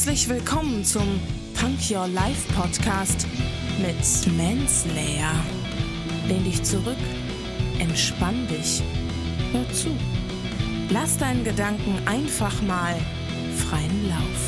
Herzlich willkommen zum Punk Your Life Podcast mit Manslayer. Lehn dich zurück, entspann dich, hör zu. Lass deinen Gedanken einfach mal freien Lauf.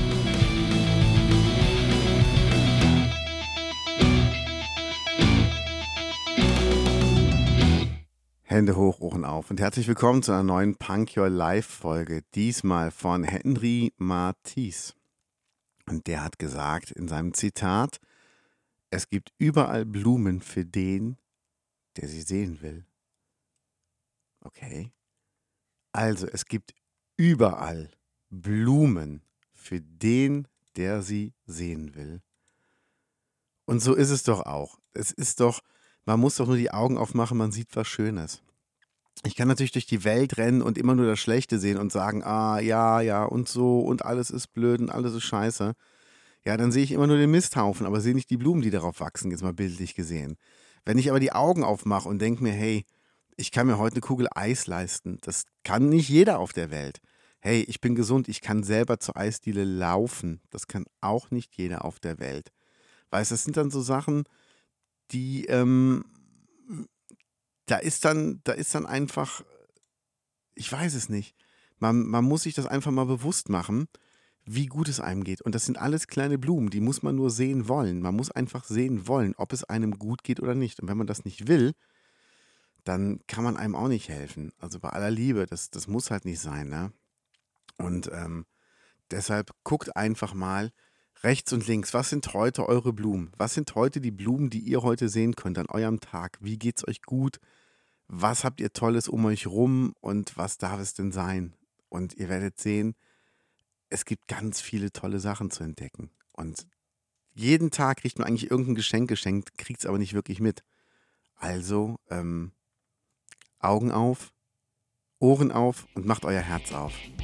Hände hoch, Ohren auf und herzlich willkommen zu einer neuen Punk Your Life Folge, diesmal von Henry Matisse. Und der hat gesagt in seinem Zitat, es gibt überall Blumen für den, der sie sehen will. Okay, also es gibt überall Blumen für den, der sie sehen will. Und so ist es doch auch. Es ist doch, man muss doch nur die Augen aufmachen, man sieht was Schönes. Ich kann natürlich durch die Welt rennen und immer nur das Schlechte sehen und sagen, ja und so und alles ist blöd und alles ist scheiße. Ja, dann sehe ich immer nur den Misthaufen, aber sehe nicht die Blumen, die darauf wachsen, jetzt mal bildlich gesehen. Wenn ich aber die Augen aufmache und denke mir, hey, ich kann mir heute eine Kugel Eis leisten, das kann nicht jeder auf der Welt. Hey, ich bin gesund, ich kann selber zur Eisdiele laufen, das kann auch nicht jeder auf der Welt. Weißt du, das sind dann so Sachen, die, da ist dann einfach, ich weiß es nicht. Man muss sich das einfach mal bewusst machen, wie gut es einem geht. Und das sind alles kleine Blumen, die muss man nur sehen wollen. Man muss einfach sehen wollen, ob es einem gut geht oder nicht. Und wenn man das nicht will, dann kann man einem auch nicht helfen. Also bei aller Liebe, das muss halt nicht sein, ne? Und deshalb guckt einfach mal rechts und links, was sind heute eure Blumen? Was sind heute die Blumen, die ihr heute sehen könnt an eurem Tag? Wie geht's euch gut? Was habt ihr Tolles um euch rum und was darf es denn sein? Und ihr werdet sehen, es gibt ganz viele tolle Sachen zu entdecken. Und jeden Tag kriegt man eigentlich irgendein Geschenk geschenkt, kriegt es aber nicht wirklich mit. Also Augen auf, Ohren auf und macht euer Herz auf.